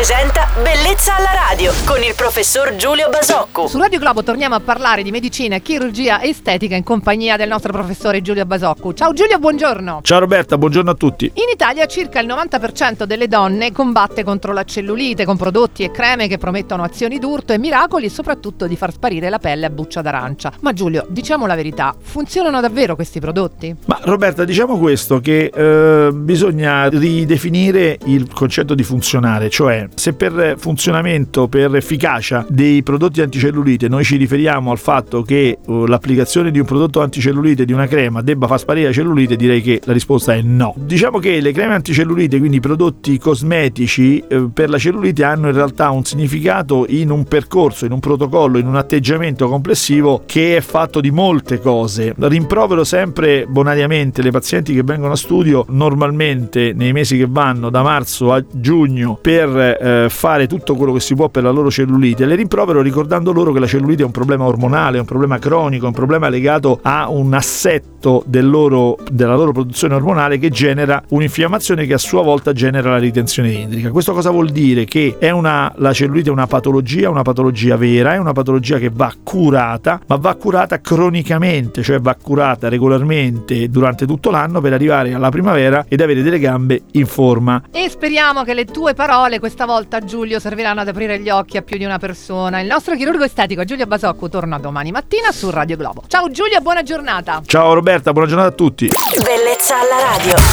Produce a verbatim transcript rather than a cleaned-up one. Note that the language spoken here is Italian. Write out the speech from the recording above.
presenta Bellezza alla radio con il professor Giulio Basocco. Su Radio Globo torniamo a parlare di medicina, chirurgia e estetica in compagnia del nostro professore Giulio Basocco. Ciao Giulio, buongiorno. Ciao Roberta, buongiorno a tutti. In Italia circa il novanta per cento delle donne combatte contro la cellulite con prodotti e creme che promettono azioni d'urto e miracoli e soprattutto di far sparire la pelle a buccia d'arancia. Ma Giulio, diciamo la verità, funzionano davvero questi prodotti? Ma Roberta, diciamo questo, che eh, bisogna ridefinire il concetto di funzionare, cioè se per funzionamento, per efficacia dei prodotti anticellulite noi ci riferiamo al fatto che uh, l'applicazione di un prodotto anticellulite, di una crema, debba far sparire la cellulite, direi che la risposta è no. Diciamo che le creme anticellulite, quindi i prodotti cosmetici eh, per la cellulite, hanno in realtà un significato in un percorso, in un protocollo, in un atteggiamento complessivo che è fatto di molte cose. Rimprovero sempre bonariamente le pazienti che vengono a studio normalmente nei mesi che vanno da marzo a giugno per eh, fare tutto quello che si può per la loro cellulite. Le rimprovero ricordando loro che la cellulite è un problema ormonale, è un problema cronico, è un problema legato a un assetto del loro, della loro produzione ormonale che genera un'infiammazione che a sua volta genera la ritenzione idrica. Questo cosa vuol dire? Che è una, la cellulite è una patologia, una patologia vera, è una patologia che va curata, ma va curata cronicamente, cioè va curata regolarmente durante tutto l'anno per arrivare alla primavera ed avere delle gambe in forma. E speriamo che le tue parole questa volta, Giulio, serviranno ad aprire gli occhi a più di una persona. Il nostro chirurgo estetico Giulio Basocco torna domani mattina su Radio Globo. Ciao Giulio, buona giornata. Ciao Roberta, buona giornata a tutti. Bellezza alla radio.